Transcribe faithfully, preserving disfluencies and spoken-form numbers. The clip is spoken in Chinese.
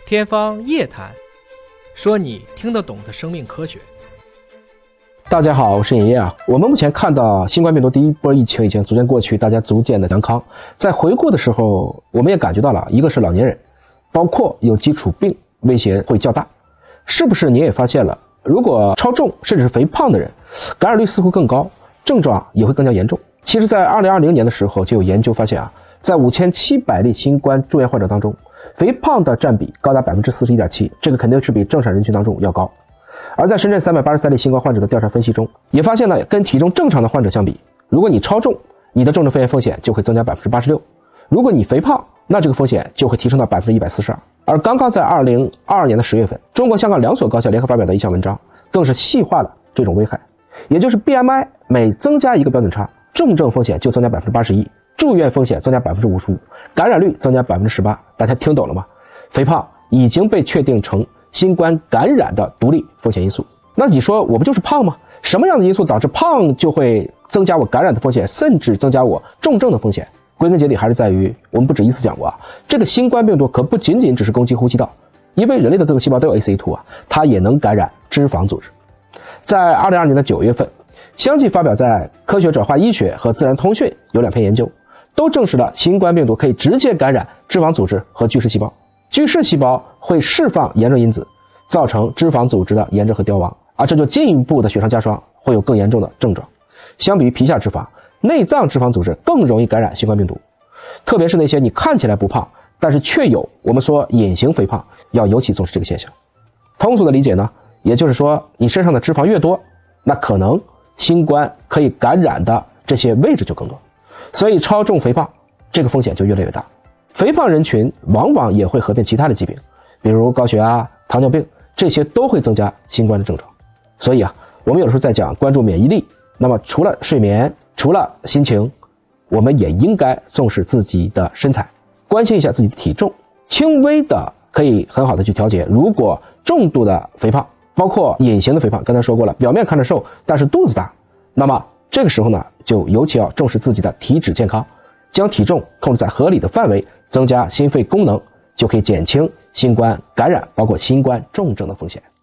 天方夜谭，说你听得懂的生命科学。 大家好，我是尹烨啊。我们目前看到新冠病毒第一波疫情已经逐渐过去，大家逐渐的阳康。在回顾的时候，我们也感觉到了，一个是老年人，包括有基础病威胁会较大。是不是你也发现了，如果超重甚至是肥胖的人，感染率似乎更高，症状也会更加严重。其实在二零二零年的时候就有研究发现啊，在五千七百例新冠住院患者当中，肥胖的占比高达 百分之四十一点七， 这个肯定是比正常人群当中要高。而在深圳三百八十三例新冠患者的调查分析中，也发现呢，跟体重正常的患者相比，如果你超重，你的重症肺炎风险就会增加 百分之八十六； 如果你肥胖，那这个风险就会提升到 百分之一百四十二。 而刚刚在二零二二年的十月份，中国香港两所高校联合发表的一项文章更是细化了这种危害，也就是 B M I 每增加一个标准差，重症风险就增加 百分之八十一， 住院风险增加 百分之五十五， 感染率增加 百分之十八。 大家听懂了吗？肥胖已经被确定成新冠感染的独立风险因素。那你说我不就是胖吗？什么样的因素导致胖就会增加我感染的风险，甚至增加我重症的风险？归根结底还是在于，我们不止一次讲过啊，这个新冠病毒可不仅仅只是攻击呼吸道，因为人类的各个细胞都有 A C E 二 啊，它也能感染脂肪组织。在二零二二年的九月份，相继发表在《科学转化医学》和《自然通讯》有两篇研究，都证实了新冠病毒可以直接感染脂肪组织和巨噬细胞。巨噬细胞会释放炎症因子，造成脂肪组织的炎症和凋亡，而这就进一步的雪上加霜，会有更严重的症状。相比于皮下脂肪，内脏脂肪组织更容易感染新冠病毒，特别是那些你看起来不胖，但是却有我们说隐形肥胖，要尤其重视这个现象。通俗的理解呢，也就是说你身上的脂肪越多，那可能新冠可以感染的这些位置就更多，所以超重肥胖这个风险就越来越大。肥胖人群往往也会合并其他的疾病，比如高血压、糖尿病，这些都会增加新冠的症状。所以啊，我们有时候在讲关注免疫力，那么除了睡眠，除了心情，我们也应该重视自己的身材，关心一下自己的体重，轻微的可以很好的去调节。如果重度的肥胖，包括隐形的肥胖，刚才说过了，表面看着瘦，但是肚子大，那么这个时候呢，就尤其要重视自己的体脂健康，将体重控制在合理的范围，增加心肺功能，就可以减轻新冠感染包括新冠重症的风险。